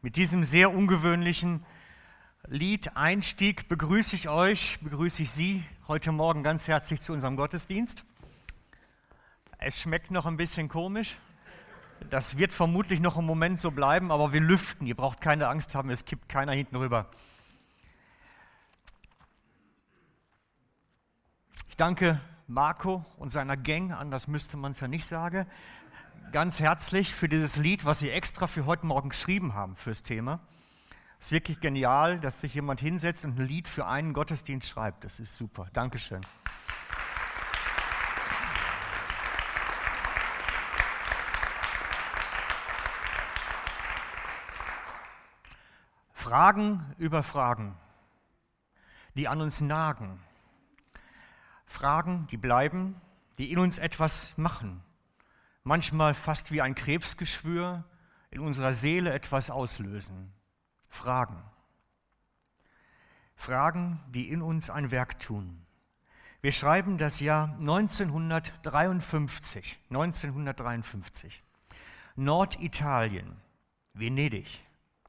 Mit diesem sehr ungewöhnlichen Lied-Einstieg begrüße ich Sie heute Morgen ganz herzlich zu unserem Gottesdienst. Es schmeckt noch ein bisschen komisch. Das wird vermutlich noch einen Moment so bleiben, aber wir lüften. Ihr braucht keine Angst haben, es kippt keiner hinten rüber. Ich danke Marco und seiner Gang, anders müsste man es ja nicht sagen, ganz herzlich für dieses Lied, was sie extra für heute Morgen geschrieben haben fürs Thema. Es ist wirklich genial, dass sich jemand hinsetzt und ein Lied für einen Gottesdienst schreibt. Das ist super. Dankeschön. Fragen über Fragen, die an uns nagen. Fragen, die bleiben, die in uns etwas machen. Manchmal fast wie ein Krebsgeschwür in unserer Seele etwas auslösen. Fragen. Fragen, die in uns ein Werk tun. Wir schreiben das Jahr 1953. Norditalien, Venedig.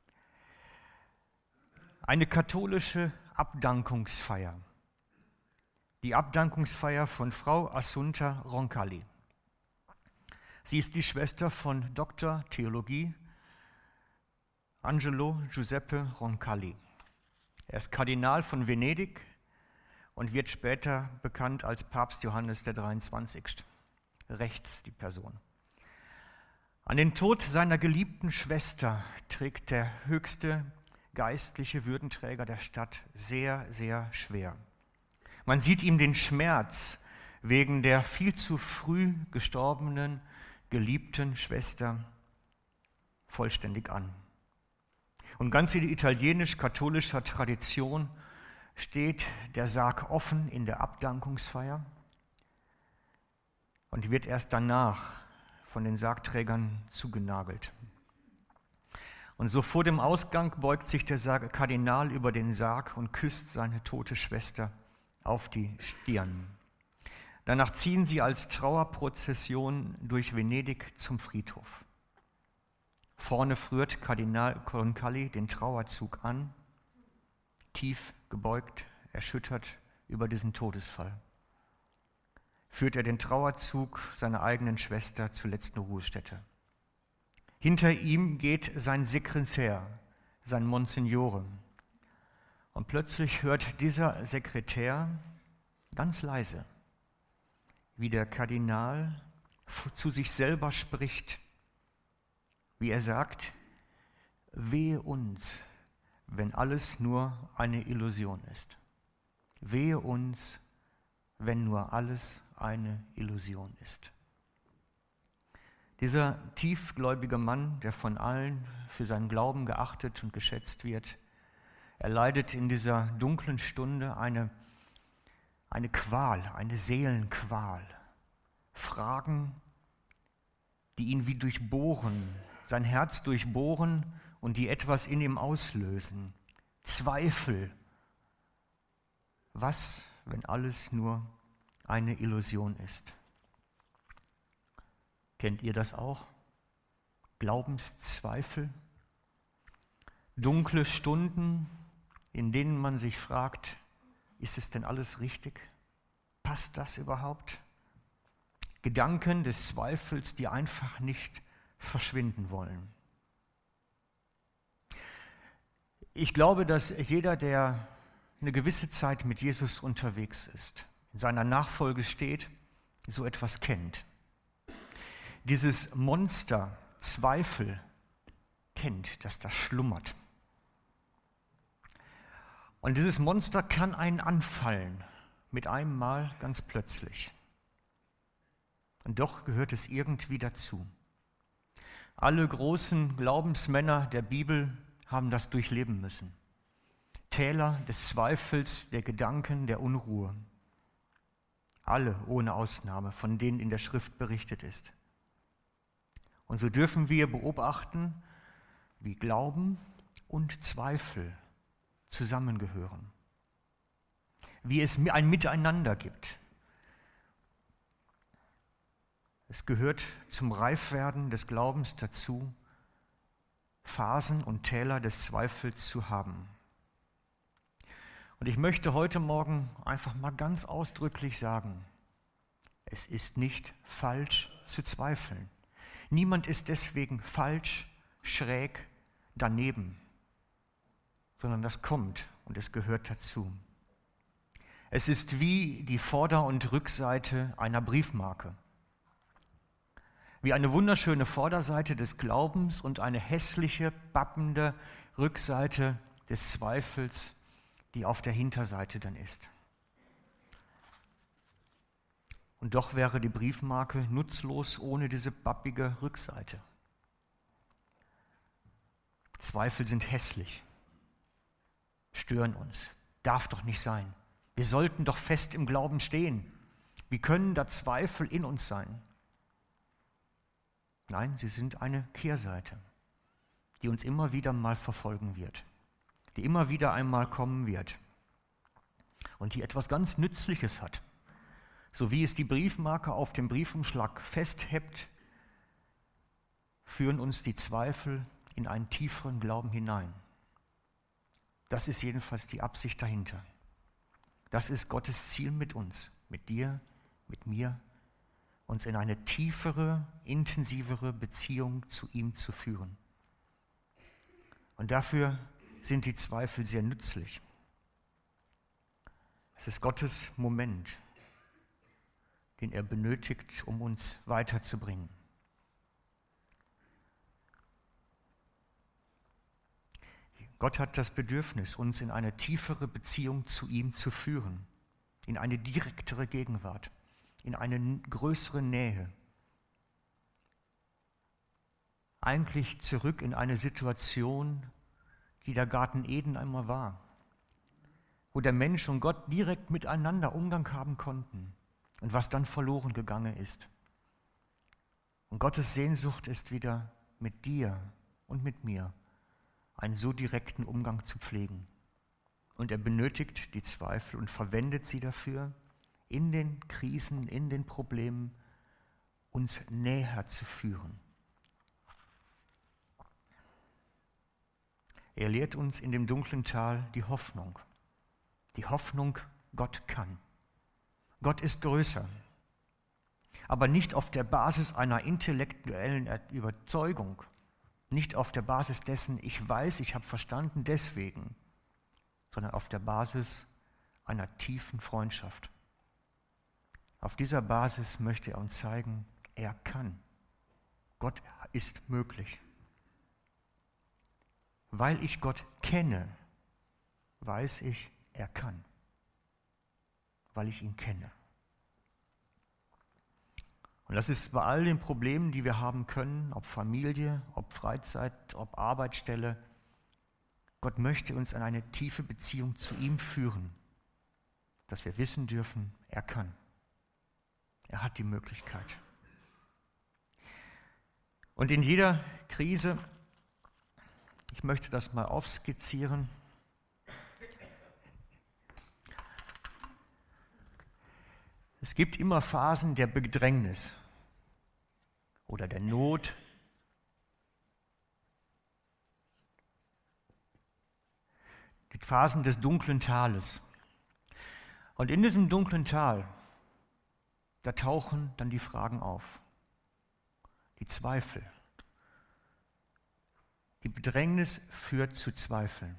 Eine katholische Abdankungsfeier. Die Abdankungsfeier von Frau Assunta Roncalli. Sie ist die Schwester von Dr. Theologie Angelo Giuseppe Roncalli. Er ist Kardinal von Venedig und wird später bekannt als Papst Johannes der 23. Rechts die Person. An den Tod seiner geliebten Schwester trägt der höchste geistliche Würdenträger der Stadt sehr, sehr schwer. Man sieht ihm den Schmerz wegen der viel zu früh gestorbenen, geliebten Schwester vollständig an. Und ganz in italienisch-katholischer Tradition steht der Sarg offen in der Abdankungsfeier und wird erst danach von den Sargträgern zugenagelt. Und so vor dem Ausgang beugt sich der Kardinal über den Sarg und küsst seine tote Schwester auf die Stirn. Danach ziehen sie als Trauerprozession durch Venedig zum Friedhof. Vorne führt Kardinal Roncalli den Trauerzug an, tief gebeugt, erschüttert über diesen Todesfall. Führt er den Trauerzug seiner eigenen Schwester zur letzten Ruhestätte. Hinter ihm geht sein Sekretär, sein Monsignore. Und plötzlich hört dieser Sekretär ganz leise, wie der Kardinal zu sich selber spricht, wie er sagt: Wehe uns, wenn alles nur eine Illusion ist. Wehe uns, wenn nur alles eine Illusion ist. Dieser tiefgläubige Mann, der von allen für seinen Glauben geachtet und geschätzt wird, erleidet in dieser dunklen Stunde eine Qual, eine Seelenqual. Fragen, die ihn wie durchbohren, sein Herz durchbohren und die etwas in ihm auslösen. Zweifel. Was, wenn alles nur eine Illusion ist? Kennt ihr das auch? Glaubenszweifel? Dunkle Stunden, in denen man sich fragt, ist es denn alles richtig? Passt das überhaupt? Gedanken des Zweifels, die einfach nicht verschwinden wollen. Ich glaube, dass jeder, der eine gewisse Zeit mit Jesus unterwegs ist, in seiner Nachfolge steht, so etwas kennt. Dieses Monster Zweifel kennt, dass das schlummert. Und dieses Monster kann einen anfallen, mit einem Mal ganz plötzlich. Und doch gehört es irgendwie dazu. Alle großen Glaubensmänner der Bibel haben das durchleben müssen. Täler des Zweifels, der Gedanken, der Unruhe. Alle ohne Ausnahme, von denen in der Schrift berichtet ist. Und so dürfen wir beobachten, wie Glauben und Zweifel zusammengehören. Wie es ein Miteinander gibt. Es gehört zum Reifwerden des Glaubens dazu, Phasen und Täler des Zweifels zu haben. Und ich möchte heute Morgen einfach mal ganz ausdrücklich sagen, es ist nicht falsch zu zweifeln. Niemand ist deswegen falsch, schräg, daneben, sondern das kommt und es gehört dazu. Es ist wie die Vorder- und Rückseite einer Briefmarke. Wie eine wunderschöne Vorderseite des Glaubens und eine hässliche, bappende Rückseite des Zweifels, die auf der Hinterseite dann ist. Und doch wäre die Briefmarke nutzlos ohne diese bappige Rückseite. Zweifel sind hässlich, stören uns, darf doch nicht sein. Wir sollten doch fest im Glauben stehen. Wie können da Zweifel in uns sein? Nein, sie sind eine Kehrseite, die uns immer wieder mal verfolgen wird, die immer wieder einmal kommen wird und die etwas ganz Nützliches hat. So wie es die Briefmarke auf dem Briefumschlag festhebt, führen uns die Zweifel in einen tieferen Glauben hinein. Das ist jedenfalls die Absicht dahinter. Das ist Gottes Ziel mit uns, mit dir, mit mir, uns in eine tiefere, intensivere Beziehung zu ihm zu führen. Und dafür sind die Zweifel sehr nützlich. Es ist Gottes Moment, den er benötigt, um uns weiterzubringen. Gott hat das Bedürfnis, uns in eine tiefere Beziehung zu ihm zu führen, in eine direktere Gegenwart, in eine größere Nähe. Eigentlich zurück in eine Situation, die der Garten Eden einmal war, wo der Mensch und Gott direkt miteinander Umgang haben konnten und was dann verloren gegangen ist. Und Gottes Sehnsucht ist wieder mit dir und mit mir einen so direkten Umgang zu pflegen. Und er benötigt die Zweifel und verwendet sie dafür, in den Krisen, in den Problemen uns näher zu führen. Er lehrt uns in dem dunklen Tal die Hoffnung. Die Hoffnung, Gott kann. Gott ist größer, aber nicht auf der Basis einer intellektuellen Überzeugung, nicht auf der Basis dessen, ich weiß, ich habe verstanden, deswegen, sondern auf der Basis einer tiefen Freundschaft. Auf dieser Basis möchte er uns zeigen, er kann. Gott ist möglich. Weil ich Gott kenne, weiß ich, er kann. Weil ich ihn kenne. Und das ist bei all den Problemen, die wir haben können, ob Familie, ob Freizeit, ob Arbeitsstelle. Gott möchte uns in eine tiefe Beziehung zu ihm führen, dass wir wissen dürfen, er kann. Er hat die Möglichkeit. Und in jeder Krise, ich möchte das mal aufskizzieren, es gibt immer Phasen der Bedrängnis oder der Not. Die Phasen des dunklen Tales. Und in diesem dunklen Tal, da tauchen dann die Fragen auf, die Zweifel. Die Bedrängnis führt zu Zweifeln.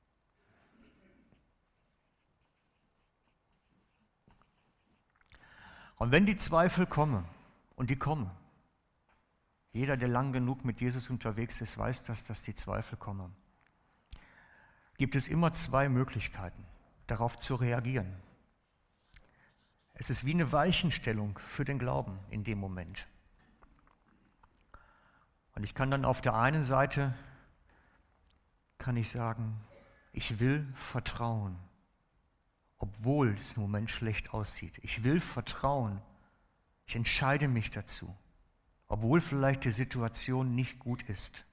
Und wenn die Zweifel kommen, und die kommen, jeder, der lang genug mit Jesus unterwegs ist, weiß, dass die Zweifel kommen, gibt es immer zwei Möglichkeiten, darauf zu reagieren. Es ist wie eine Weichenstellung für den Glauben in dem Moment. Und ich kann dann auf der einen Seite, kann ich sagen, ich will vertrauen, obwohl es im Moment schlecht aussieht. Ich will vertrauen. Ich entscheide mich dazu, obwohl vielleicht die Situation nicht gut ist.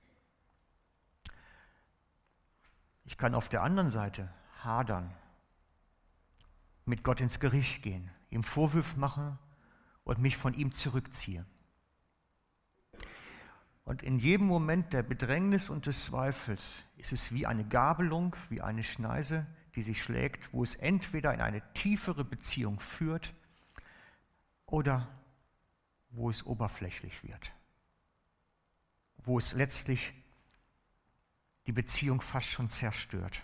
Ich kann auf der anderen Seite hadern, mit Gott ins Gericht gehen, ihm Vorwürfe machen und mich von ihm zurückziehen. Und in jedem Moment der Bedrängnis und des Zweifels ist es wie eine Gabelung, wie eine Schneise, die sich schlägt, wo es entweder in eine tiefere Beziehung führt oder wo es oberflächlich wird, wo es letztlich die Beziehung fast schon zerstört.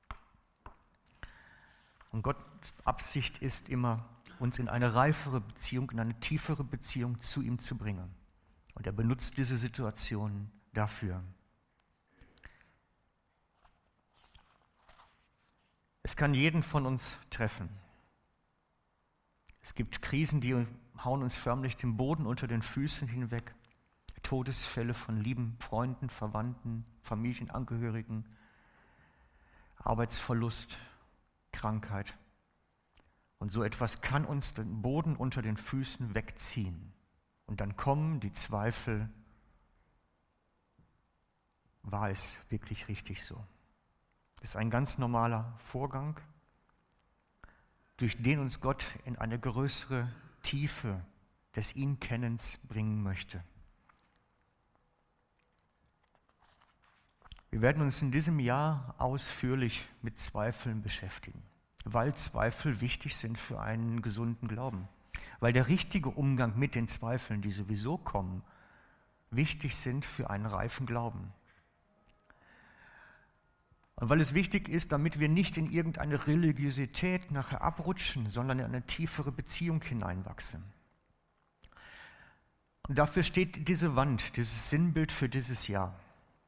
Und Gottes Absicht ist immer, uns in eine reifere Beziehung, in eine tiefere Beziehung zu ihm zu bringen. Und er benutzt diese Situation dafür. Es kann jeden von uns treffen. Es gibt Krisen, die hauen uns förmlich den Boden unter den Füßen hinweg. Todesfälle von lieben Freunden, Verwandten, Familienangehörigen, Arbeitsverlust, Krankheit. Und so etwas kann uns den Boden unter den Füßen wegziehen. Und dann kommen die Zweifel, war es wirklich richtig so? Das ist ein ganz normaler Vorgang, durch den uns Gott in eine größere Tiefe des Ihn-Kennens bringen möchte. Wir werden uns in diesem Jahr ausführlich mit Zweifeln beschäftigen, weil Zweifel wichtig sind für einen gesunden Glauben. Weil der richtige Umgang mit den Zweifeln, die sowieso kommen, wichtig sind für einen reifen Glauben. Und weil es wichtig ist, damit wir nicht in irgendeine Religiosität nachher abrutschen, sondern in eine tiefere Beziehung hineinwachsen. Und dafür steht diese Wand, dieses Sinnbild für dieses Jahr.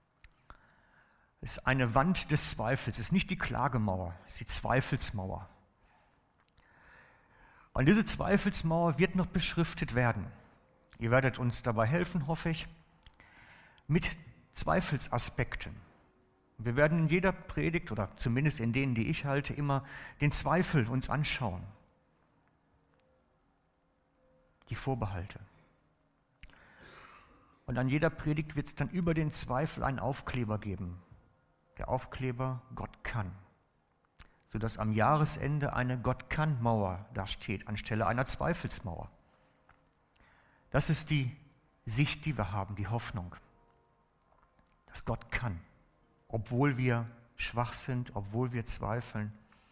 Es ist eine Wand des Zweifels, es ist nicht die Klagemauer, es ist die Zweifelsmauer. Und diese Zweifelsmauer wird noch beschriftet werden. Ihr werdet uns dabei helfen, hoffe ich, mit Zweifelsaspekten. Wir werden in jeder Predigt, oder zumindest in denen, die ich halte, immer den Zweifel uns anschauen. Die Vorbehalte. Und an jeder Predigt wird es dann über den Zweifel einen Aufkleber geben. Der Aufkleber Gott kann. Sodass am Jahresende eine Gott-kann-Mauer da steht, anstelle einer Zweifelsmauer. Das ist die Sicht, die wir haben, die Hoffnung, dass Gott kann, obwohl wir schwach sind, obwohl wir zweifeln.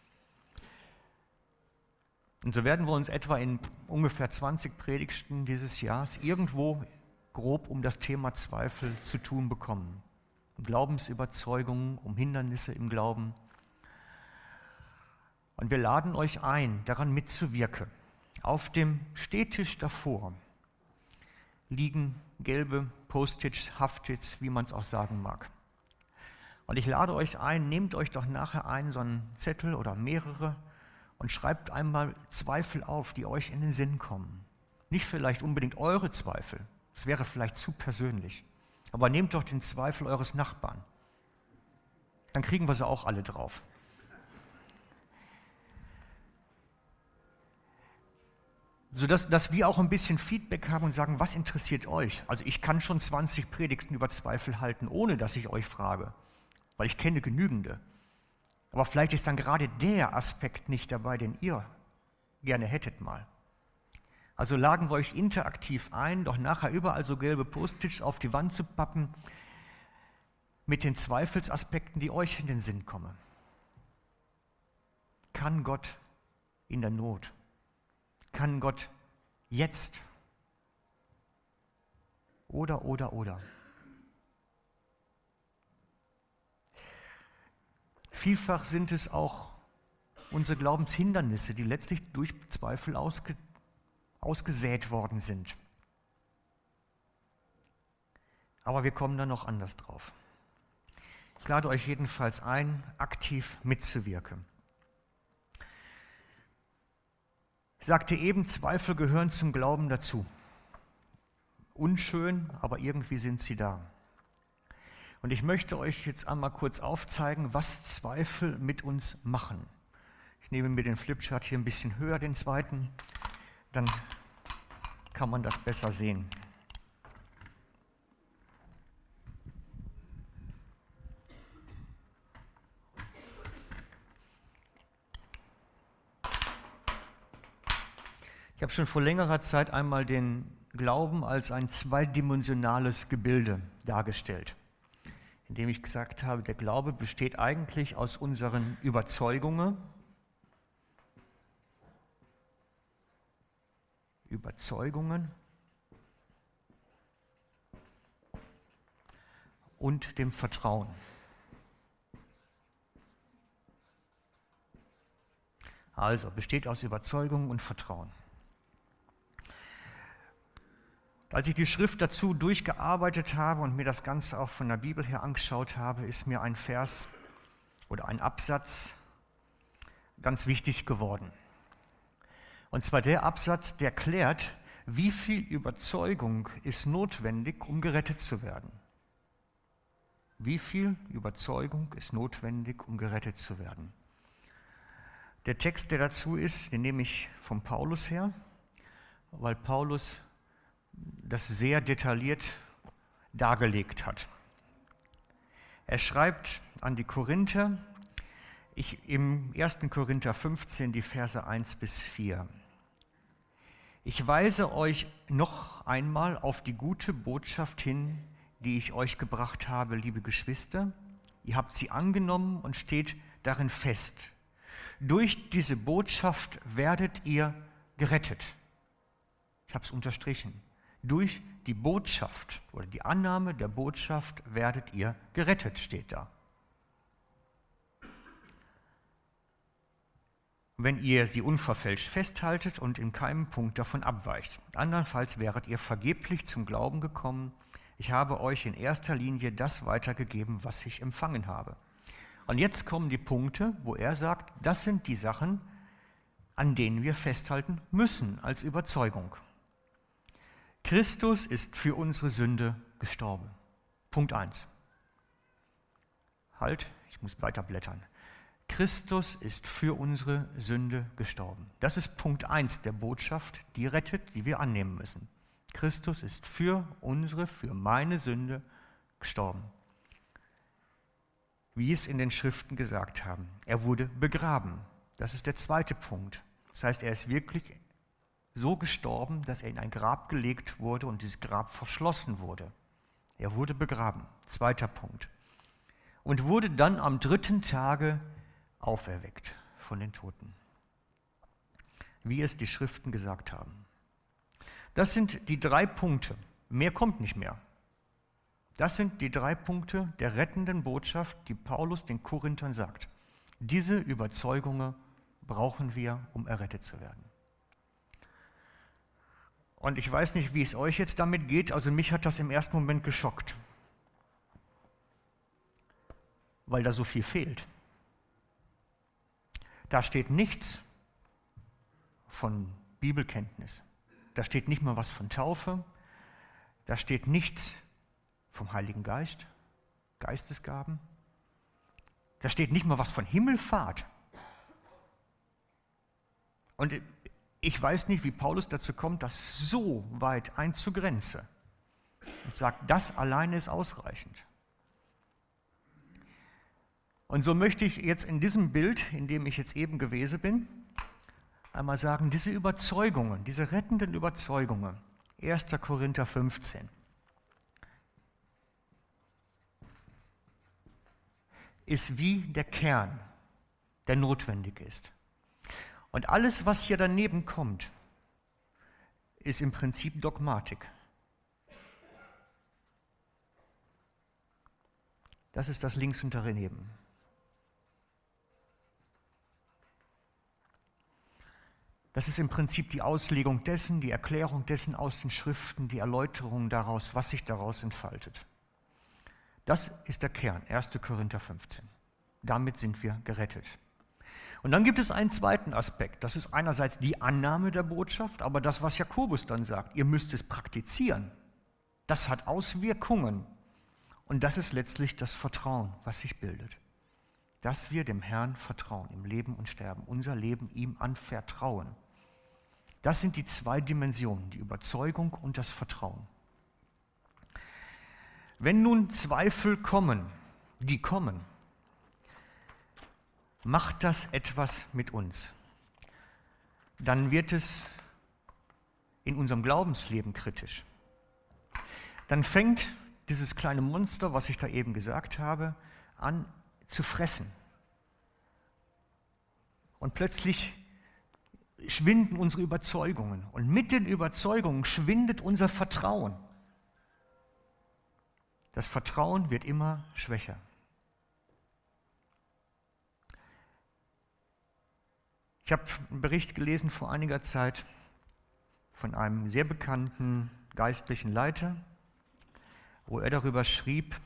Und so werden wir uns etwa in ungefähr 20 Predigten dieses Jahres irgendwo grob um das Thema Zweifel zu tun bekommen. Um Glaubensüberzeugungen, um Hindernisse im Glauben. Und wir laden euch ein, daran mitzuwirken. Auf dem Stehtisch davor liegen gelbe Post-its, Haft-its, wie man es auch sagen mag. Und ich lade euch ein, nehmt euch doch nachher so einen Zettel oder mehrere und schreibt einmal Zweifel auf, die euch in den Sinn kommen. Nicht vielleicht unbedingt eure Zweifel, das wäre vielleicht zu persönlich. Aber nehmt doch den Zweifel eures Nachbarn. Dann kriegen wir sie auch alle drauf. Sodass wir auch ein bisschen Feedback haben und sagen, was interessiert euch? Also ich kann schon 20 Predigten über Zweifel halten, ohne dass ich euch frage, weil ich kenne genügende. Aber vielleicht ist dann gerade der Aspekt nicht dabei, den ihr gerne hättet mal. Also laden wir euch interaktiv ein, doch nachher überall so gelbe Post-its auf die Wand zu pappen, mit den Zweifelsaspekten, die euch in den Sinn kommen. Kann Gott in der Not? Kann Gott jetzt? Oder. Vielfach sind es auch unsere Glaubenshindernisse, die letztlich durch Zweifel ausgesät worden sind. Aber wir kommen da noch anders drauf. Ich lade euch jedenfalls ein, aktiv mitzuwirken. Ich sagte eben, Zweifel gehören zum Glauben dazu. Unschön, aber irgendwie sind sie da. Und ich möchte euch jetzt einmal kurz aufzeigen, was Zweifel mit uns machen. Ich nehme mir den Flipchart hier ein bisschen höher, den zweiten, dann kann man das besser sehen. Ich habe schon vor längerer Zeit einmal den Glauben als ein zweidimensionales Gebilde dargestellt, indem ich gesagt habe, der Glaube besteht eigentlich aus unseren Überzeugungen und dem Vertrauen. Also besteht aus Überzeugung und Vertrauen. Als ich die Schrift dazu durchgearbeitet habe und mir das Ganze auch von der Bibel her angeschaut habe, ist mir ein Vers oder ein Absatz ganz wichtig geworden. Und zwar der Absatz, der klärt, wie viel Überzeugung ist notwendig, um gerettet zu werden. Wie viel Überzeugung ist notwendig, um gerettet zu werden? Der Text, der dazu ist, den nehme ich von Paulus her, weil Paulus das sehr detailliert dargelegt hat. Er schreibt an die Korinther, im 1. Korinther 15, die Verse 1 bis 4. Ich weise euch noch einmal auf die gute Botschaft hin, die ich euch gebracht habe, liebe Geschwister. Ihr habt sie angenommen und steht darin fest. Durch diese Botschaft werdet ihr gerettet. Ich habe es unterstrichen. Durch die Botschaft oder die Annahme der Botschaft werdet ihr gerettet, steht da. Wenn ihr sie unverfälscht festhaltet und in keinem Punkt davon abweicht. Andernfalls wäret ihr vergeblich zum Glauben gekommen. Ich habe euch in erster Linie das weitergegeben, was ich empfangen habe. Und jetzt kommen die Punkte, wo er sagt, das sind die Sachen, an denen wir festhalten müssen als Überzeugung. Christus ist für unsere Sünde gestorben. Punkt 1. Halt, ich muss weiter blättern. Christus ist für unsere Sünde gestorben. Das ist Punkt 1 der Botschaft, die rettet, die wir annehmen müssen. Christus ist für meine Sünde gestorben. Wie es in den Schriften gesagt haben. Er wurde begraben. Das ist der zweite Punkt. Das heißt, er ist wirklich so gestorben, dass er in ein Grab gelegt wurde und dieses Grab verschlossen wurde. Er wurde begraben. Zweiter Punkt. Und wurde dann am 3. Tage auferweckt von den Toten. Wie es die Schriften gesagt haben. Das sind die 3 Punkte. Mehr kommt nicht mehr. Das sind die 3 Punkte der rettenden Botschaft, die Paulus den Korinthern sagt. Diese Überzeugungen brauchen wir, um errettet zu werden. Und ich weiß nicht, wie es euch jetzt damit geht, also mich hat das im ersten Moment geschockt, weil da so viel fehlt. Da steht nichts von Bibelkenntnis, da steht nicht mal was von Taufe, da steht nichts vom Heiligen Geist, Geistesgaben. Da steht nicht mal was von Himmelfahrt. Und ich weiß nicht, wie Paulus dazu kommt, das so weit einzugrenzen und sagt, das alleine ist ausreichend. Und so möchte ich jetzt in diesem Bild, in dem ich jetzt eben gewesen bin, einmal sagen, diese Überzeugungen, diese rettenden Überzeugungen, 1. Korinther 15, ist wie der Kern, der notwendig ist. Und alles, was hier daneben kommt, ist im Prinzip Dogmatik. Das ist das links und daneben. Das ist im Prinzip die Auslegung dessen, die Erklärung dessen aus den Schriften, die Erläuterung daraus, was sich daraus entfaltet. Das ist der Kern, 1. Korinther 15. Damit sind wir gerettet. Und dann gibt es einen zweiten Aspekt. Das ist einerseits die Annahme der Botschaft, aber das, was Jakobus dann sagt, ihr müsst es praktizieren. Das hat Auswirkungen. Und das ist letztlich das Vertrauen, was sich bildet. Dass wir dem Herrn vertrauen, im Leben und Sterben, unser Leben ihm anvertrauen. Das sind die 2 Dimensionen, die Überzeugung und das Vertrauen. Wenn nun Zweifel kommen, macht das etwas mit uns. Dann wird es in unserem Glaubensleben kritisch, dann fängt dieses kleine Monster, was ich da eben gesagt habe, an zu fressen. Und plötzlich schwinden unsere Überzeugungen. Und mit den Überzeugungen schwindet unser Vertrauen. Das Vertrauen wird immer schwächer. Ich habe einen Bericht gelesen vor einiger Zeit von einem sehr bekannten geistlichen Leiter, wo er darüber schrieb,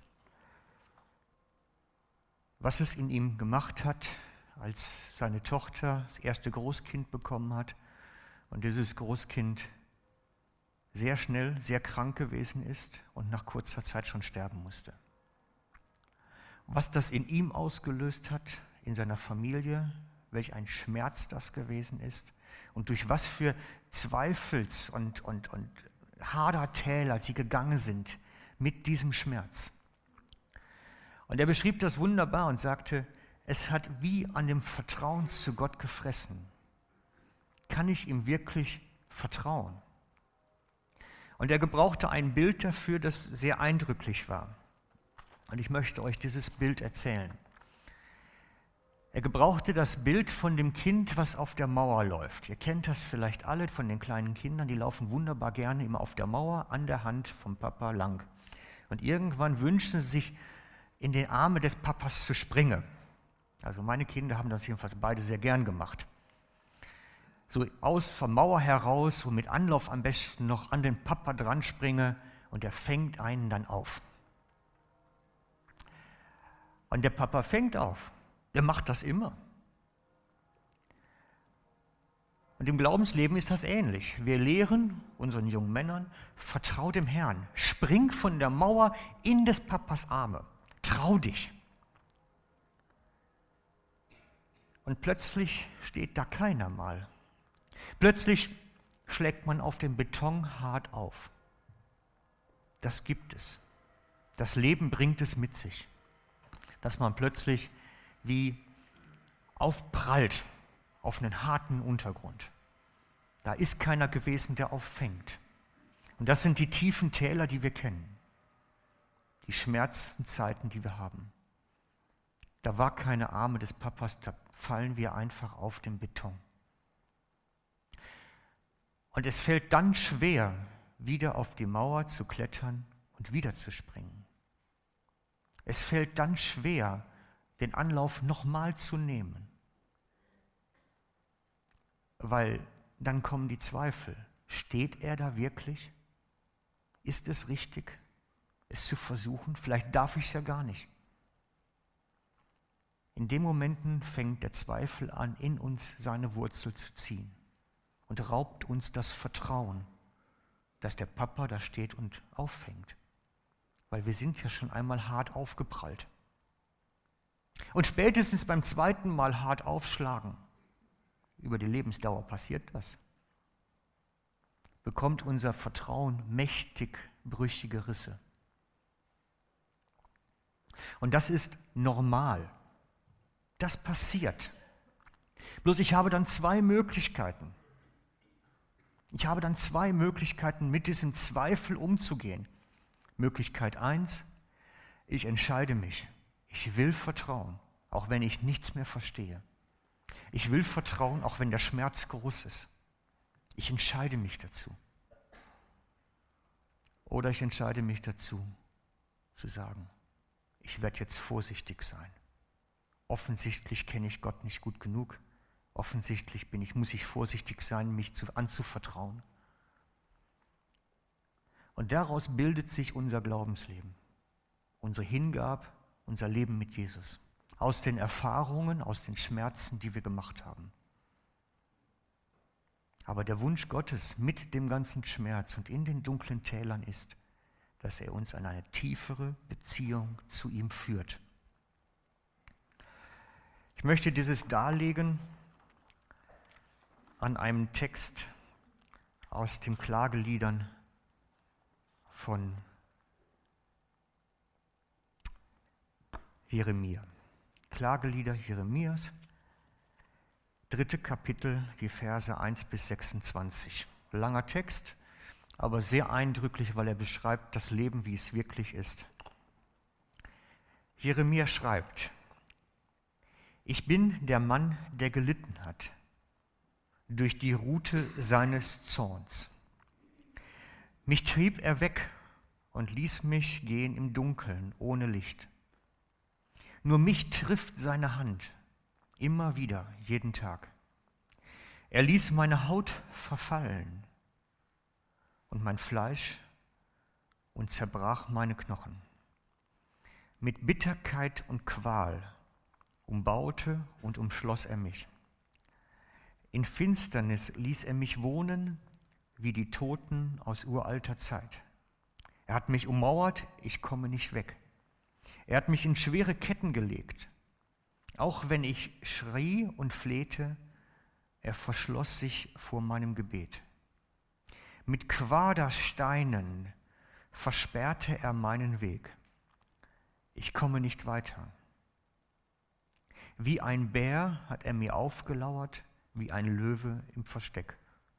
was es in ihm gemacht hat, als seine Tochter das erste Großkind bekommen hat und dieses Großkind sehr schnell, sehr krank gewesen ist und nach kurzer Zeit schon sterben musste. Was das in ihm ausgelöst hat, in seiner Familie, welch ein Schmerz das gewesen ist und durch was für Zweifels- und Hadertäler sie gegangen sind mit diesem Schmerz. Und er beschrieb das wunderbar und sagte, es hat wie an dem Vertrauen zu Gott gefressen. Kann ich ihm wirklich vertrauen? Und er gebrauchte ein Bild dafür, das sehr eindrücklich war. Und ich möchte euch dieses Bild erzählen. Er gebrauchte das Bild von dem Kind, was auf der Mauer läuft. Ihr kennt das vielleicht alle von den kleinen Kindern, die laufen wunderbar gerne immer auf der Mauer an der Hand vom Papa lang. Und irgendwann wünschen sie sich, in die Arme des Papas zu springen. Also meine Kinder haben das jedenfalls beide sehr gern gemacht. So aus der Mauer heraus, so mit Anlauf am besten noch an den Papa dran springe und er fängt einen dann auf. Und der Papa fängt auf. Der macht das immer. Und im Glaubensleben ist das ähnlich. Wir lehren unseren jungen Männern, vertrau dem Herrn. Spring von der Mauer in des Papas Arme. Trau dich. Und plötzlich steht da keiner mal. Plötzlich schlägt man auf den Beton hart auf. Das gibt es. Das Leben bringt es mit sich, dass man plötzlich wie aufprallt auf einen harten Untergrund. Da ist keiner gewesen, der auffängt. Und das sind die tiefen Täler, die wir kennen. Die Schmerzenszeiten, die wir haben. Da war keine Arme des Papas, da fallen wir einfach auf den Beton. Und es fällt dann schwer, wieder auf die Mauer zu klettern und wieder zu springen. Es fällt dann schwer, den Anlauf nochmal zu nehmen. Weil dann kommen die Zweifel. Steht er da wirklich? Ist es richtig, es zu versuchen? Vielleicht darf ich es ja gar nicht. In den Momenten fängt der Zweifel an, in uns seine Wurzel zu ziehen und raubt uns das Vertrauen, dass der Papa da steht und auffängt. Weil wir sind ja schon einmal hart aufgeprallt. Und spätestens beim zweiten Mal hart aufschlagen, über die Lebensdauer passiert das, bekommt unser Vertrauen mächtig brüchige Risse. Und das ist normal. Das passiert. Bloß ich habe dann zwei Möglichkeiten. Ich habe dann zwei Möglichkeiten, mit diesem Zweifel umzugehen. Möglichkeit 1, ich entscheide mich. Ich will vertrauen, auch wenn ich nichts mehr verstehe. Ich will vertrauen, auch wenn der Schmerz groß ist. Ich entscheide mich dazu. Oder ich entscheide mich dazu, zu sagen, ich werde jetzt vorsichtig sein. Offensichtlich kenne ich Gott nicht gut genug. Offensichtlich muss ich vorsichtig sein, mich anzuvertrauen. Und daraus bildet sich unser Glaubensleben, unsere Hingabe, unser Leben mit Jesus. Aus den Erfahrungen, aus den Schmerzen, die wir gemacht haben. Aber der Wunsch Gottes mit dem ganzen Schmerz und in den dunklen Tälern ist, dass er uns an eine tiefere Beziehung zu ihm führt. Ich möchte dieses darlegen an einem Text aus den Klageliedern von Jeremia. Klagelieder Jeremias, 3. Kapitel, die Verse 1 bis 26. langer Text, aber sehr eindrücklich, weil er beschreibt das Leben, wie es wirklich ist. Jeremia schreibt: Ich bin der Mann, der gelitten hat durch die Rute seines Zorns. Mich trieb er weg und ließ mich gehen im Dunkeln, ohne Licht. Nur mich trifft seine Hand, immer wieder, jeden Tag. Er ließ meine Haut verfallen und mein Fleisch und zerbrach meine Knochen. Mit Bitterkeit und Qual umbaute und umschloss er mich. In Finsternis ließ er mich wohnen wie die Toten aus uralter Zeit. Er hat mich ummauert, ich komme nicht weg. Er hat mich in schwere Ketten gelegt. Auch wenn ich schrie und flehte, er verschloss sich vor meinem Gebet. Mit Quadersteinen versperrte er meinen Weg. Ich komme nicht weiter. Wie ein Bär hat er mir aufgelauert, wie ein Löwe im Versteck.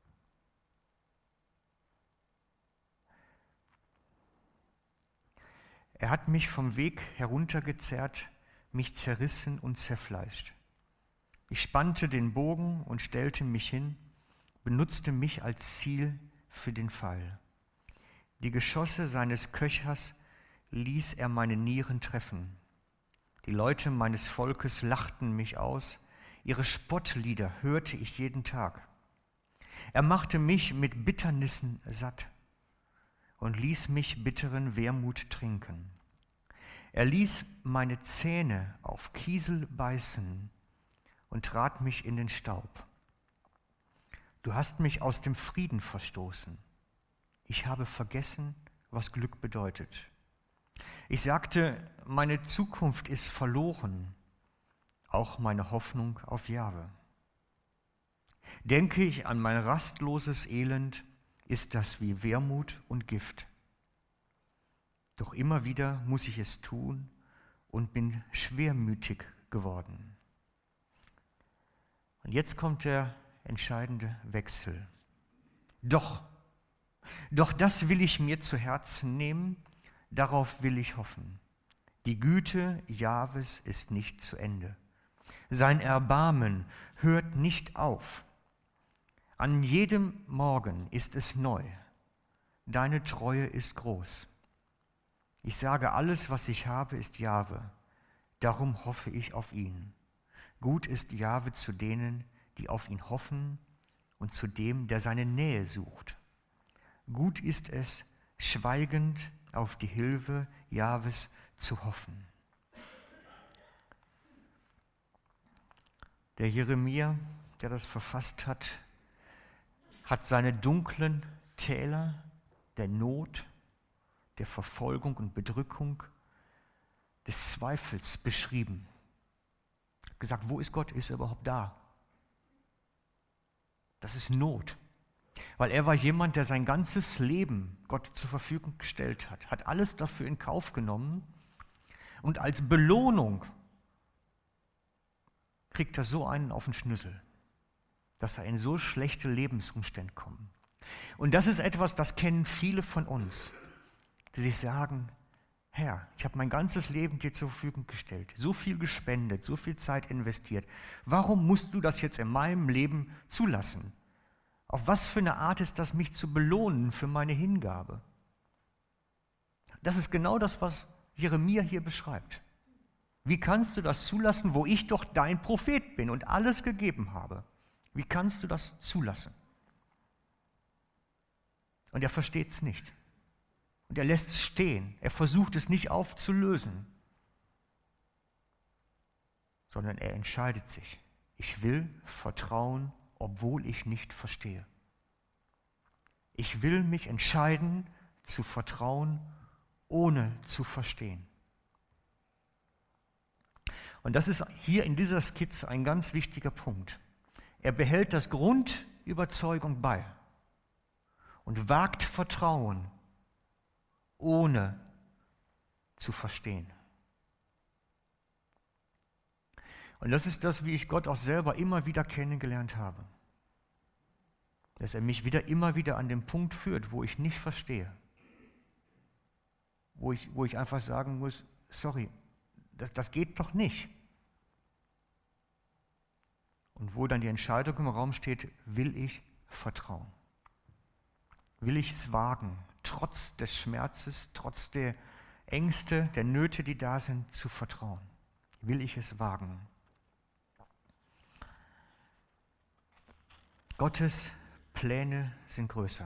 Er hat mich vom Weg heruntergezerrt, mich zerrissen und zerfleischt. Ich spannte den Bogen und stellte mich hin, benutzte mich als Ziel für den Pfeil. Die Geschosse seines Köchers ließ er meine Nieren treffen. Die Leute meines Volkes lachten mich aus, ihre Spottlieder hörte ich jeden Tag. Er machte mich mit Bitternissen satt und ließ mich bitteren Wermut trinken. Er ließ meine Zähne auf Kiesel beißen und trat mich in den Staub. Du hast mich aus dem Frieden verstoßen. Ich habe vergessen, was Glück bedeutet. Ich sagte, meine Zukunft ist verloren, auch meine Hoffnung auf Jahwe. Denke ich an mein rastloses Elend, ist das wie Wermut und Gift. Doch immer wieder muss ich es tun und bin schwermütig geworden. Und jetzt kommt der entscheidende Wechsel. Doch das will ich mir zu Herzen nehmen, darauf will ich hoffen. Die Güte Jahwes ist nicht zu Ende. Sein Erbarmen hört nicht auf. An jedem Morgen ist es neu. Deine Treue ist groß. Ich sage, alles, was ich habe, ist Jahwe. Darum hoffe ich auf ihn. Gut ist Jahwe zu denen, die auf ihn hoffen und zu dem, der seine Nähe sucht. Gut ist es, schweigend auf die Hilfe Jahwes zu hoffen. Der Jeremia, der das verfasst hat seine dunklen Täler der Not, der Verfolgung und Bedrückung, des Zweifels beschrieben. Er hat gesagt, wo ist Gott? Ist er überhaupt da? Das ist Not. Weil er war jemand, der sein ganzes Leben Gott zur Verfügung gestellt hat alles dafür in Kauf genommen und als Belohnung kriegt er so einen auf den Schnüssel, dass er in so schlechte Lebensumstände kommt. Und das ist etwas, das kennen viele von uns, die sich sagen, Herr, ich habe mein ganzes Leben dir zur Verfügung gestellt, so viel gespendet, so viel Zeit investiert. Warum musst du das jetzt in meinem Leben zulassen? Auf was für eine Art ist das, mich zu belohnen für meine Hingabe? Das ist genau das, was Jeremia hier beschreibt. Wie kannst du das zulassen, wo ich doch dein Prophet bin und alles gegeben habe? Wie kannst du das zulassen? Und er versteht es nicht. Und er lässt es stehen. Er versucht es nicht aufzulösen, sondern er entscheidet sich. Ich will vertrauen, obwohl ich nicht verstehe. Ich will mich entscheiden, zu vertrauen, ohne zu verstehen. Und das ist hier in dieser Skizze ein ganz wichtiger Punkt. Er behält das Grundüberzeugung bei und wagt Vertrauen, ohne zu verstehen. Und das ist das, wie ich Gott auch selber immer wieder kennengelernt habe. dass er mich immer wieder an den Punkt führt, wo ich nicht verstehe. Wo ich einfach sagen muss, sorry, das geht doch nicht. Und wo dann die Entscheidung im Raum steht, will ich vertrauen? Will ich es wagen, trotz des Schmerzes, trotz der Ängste, der Nöte, die da sind, zu vertrauen? Will ich es wagen? Gottes Pläne sind größer.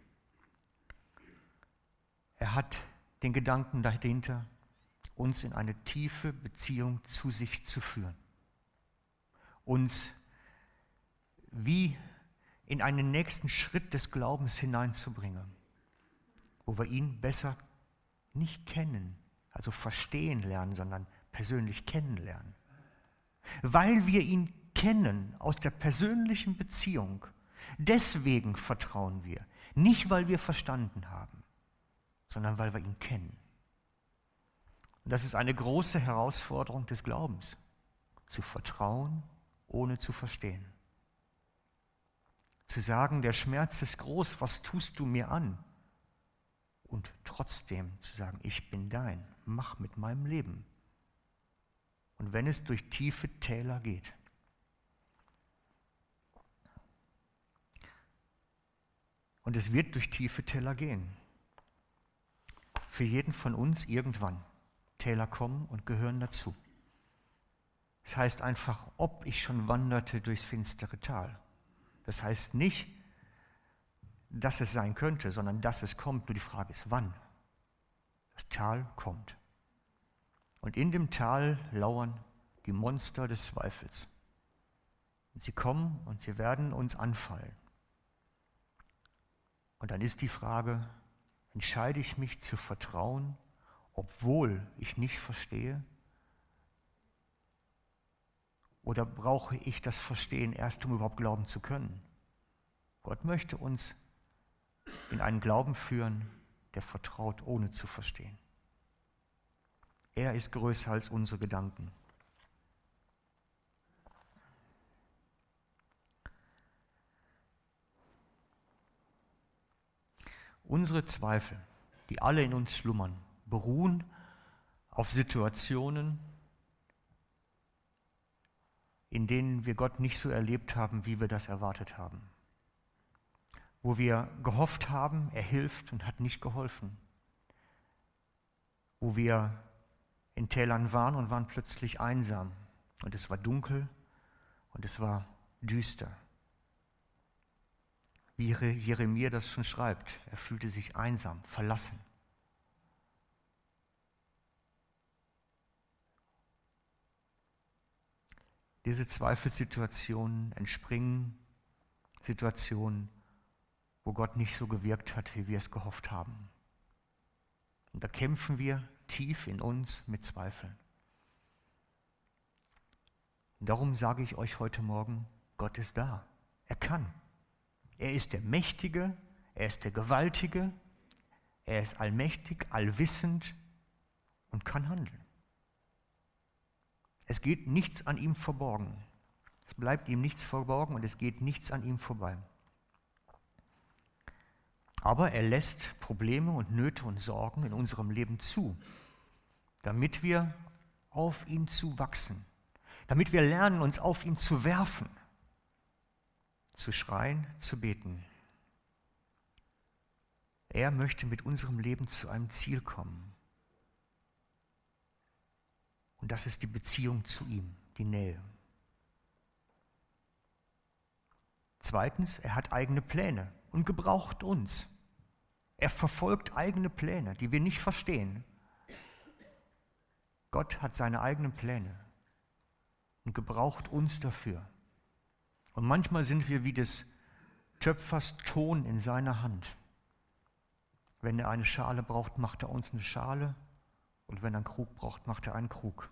Er hat den Gedanken dahinter, uns in eine tiefe Beziehung zu sich zu führen. Uns wie in einen nächsten Schritt des Glaubens hineinzubringen, wo wir ihn besser nicht kennen, also verstehen lernen, sondern persönlich kennenlernen. Weil wir ihn kennen aus der persönlichen Beziehung, deswegen vertrauen wir. Nicht, weil wir verstanden haben, sondern weil wir ihn kennen. Und das ist eine große Herausforderung des Glaubens, zu vertrauen, ohne zu verstehen. Zu sagen, der Schmerz ist groß, was tust du mir an? Und trotzdem zu sagen, ich bin dein, mach mit meinem Leben. Und wenn es durch tiefe Täler geht. Und es wird durch tiefe Täler gehen. Für jeden von uns irgendwann. Täler kommen und gehören dazu. Das heißt einfach, ob ich schon wanderte durchs finstere Tal. Das heißt nicht, dass es sein könnte, sondern dass es kommt. Nur die Frage ist, wann? Das Tal kommt. Und in dem Tal lauern die Monster des Zweifels. Und sie kommen und sie werden uns anfallen. Und dann ist die Frage, entscheide ich mich zu vertrauen, obwohl ich nicht verstehe? Oder brauche ich das Verstehen erst, um überhaupt glauben zu können? Gott möchte uns in einen Glauben führen, der vertraut, ohne zu verstehen. Er ist größer als unsere Gedanken. Unsere Zweifel, die alle in uns schlummern, beruhen auf Situationen, in denen wir Gott nicht so erlebt haben, wie wir das erwartet haben. Wo wir gehofft haben, er hilft und hat nicht geholfen. Wo wir in Tälern waren und waren plötzlich einsam. Und es war dunkel und es war düster. Wie Jeremia das schon schreibt, er fühlte sich einsam, verlassen. Diese Zweifelssituationen entspringen Situationen, wo Gott nicht so gewirkt hat, wie wir es gehofft haben. Und da kämpfen wir tief in uns mit Zweifeln. Und darum sage ich euch heute Morgen, Gott ist da. Er kann. Er ist der Mächtige, er ist der Gewaltige, er ist allmächtig, allwissend und kann handeln. Es geht nichts an ihm verborgen. Es bleibt ihm nichts verborgen und es geht nichts an ihm vorbei. Aber er lässt Probleme und Nöte und Sorgen in unserem Leben zu, damit wir auf ihn zuwachsen, damit wir lernen, uns auf ihn zu werfen, zu schreien, zu beten. Er möchte mit unserem Leben zu einem Ziel kommen. Und das ist die Beziehung zu ihm, die Nähe. Zweitens, er hat eigene Pläne und gebraucht uns. Er verfolgt eigene Pläne, die wir nicht verstehen. Gott hat seine eigenen Pläne und gebraucht uns dafür. Und manchmal sind wir wie des Töpfers Ton in seiner Hand. Wenn er eine Schale braucht, macht er uns eine Schale. Und wenn er einen Krug braucht, macht er einen Krug.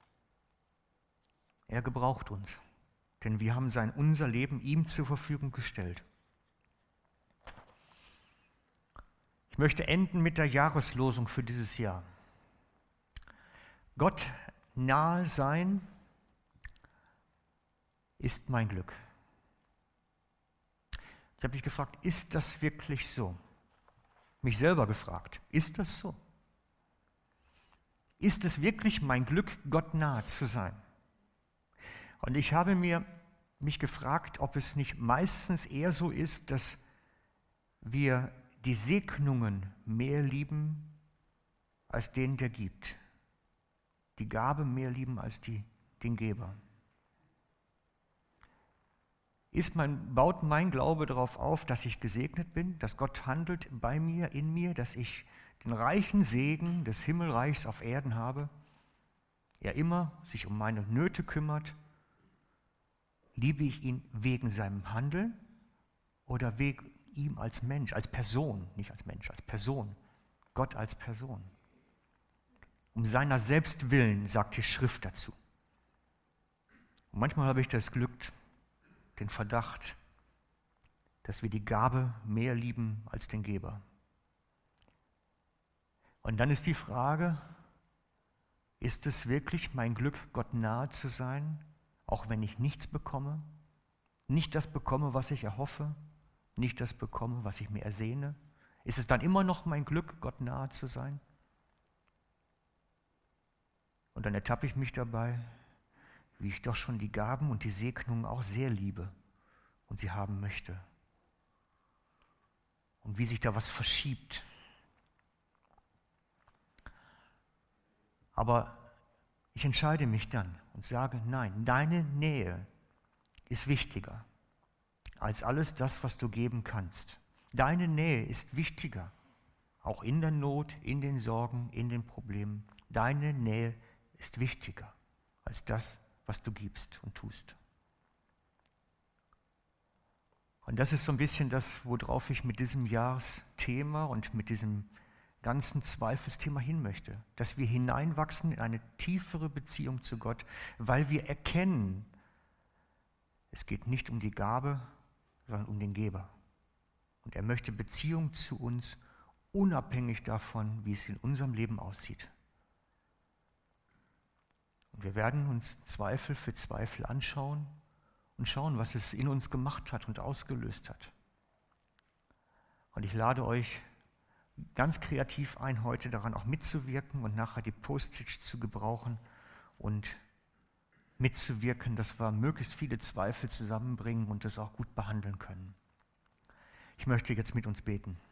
Er gebraucht uns, denn wir haben unser Leben ihm zur Verfügung gestellt. Ich möchte enden mit der Jahreslosung für dieses Jahr. Gott nahe sein ist mein Glück. Ich habe mich gefragt, ist das wirklich so? Mich selber gefragt, ist das so? Ist es wirklich mein Glück, Gott nahe zu sein? Und ich habe mich gefragt, ob es nicht meistens eher so ist, dass wir die Segnungen mehr lieben als den, der gibt. Die Gabe mehr lieben als den Geber. Baut mein Glaube darauf auf, dass ich gesegnet bin, dass Gott handelt bei mir, in mir, dass ich den reichen Segen des Himmelreichs auf Erden habe, er immer sich um meine Nöte kümmert? Liebe ich ihn wegen seinem Handeln oder wegen ihm als Mensch, als Person, nicht als Mensch, als Person, Gott als Person? Um seiner selbst willen, sagt die Schrift dazu. Und manchmal habe ich das Glück, den Verdacht, dass wir die Gabe mehr lieben als den Geber. Und dann ist die Frage, ist es wirklich mein Glück, Gott nahe zu sein, auch wenn ich nichts bekomme, nicht das bekomme, was ich erhoffe, nicht das bekomme, was ich mir ersehne? Ist es dann immer noch mein Glück, Gott nahe zu sein? Und dann ertappe ich mich dabei, wie ich doch schon die Gaben und die Segnungen auch sehr liebe und sie haben möchte. Und wie sich da was verschiebt. Aber ich entscheide mich dann und sage, nein, deine Nähe ist wichtiger als alles das, was du geben kannst. Deine Nähe ist wichtiger, auch in der Not, in den Sorgen, in den Problemen. Deine Nähe ist wichtiger als das, was du gibst und tust. Und das ist so ein bisschen das, worauf ich mit diesem Jahresthema und mit diesem ganzen Zweifelsthema hin möchte. Dass wir hineinwachsen in eine tiefere Beziehung zu Gott, weil wir erkennen, es geht nicht um die Gabe, sondern um den Geber. Und er möchte Beziehung zu uns, unabhängig davon, wie es in unserem Leben aussieht. Und wir werden uns Zweifel für Zweifel anschauen und schauen, was es in uns gemacht hat und ausgelöst hat. Und ich lade euch ganz kreativ ein, heute daran auch mitzuwirken und nachher die Post-its zu gebrauchen und mitzuwirken, dass wir möglichst viele Zweifel zusammenbringen und das auch gut behandeln können. Ich möchte jetzt mit uns beten.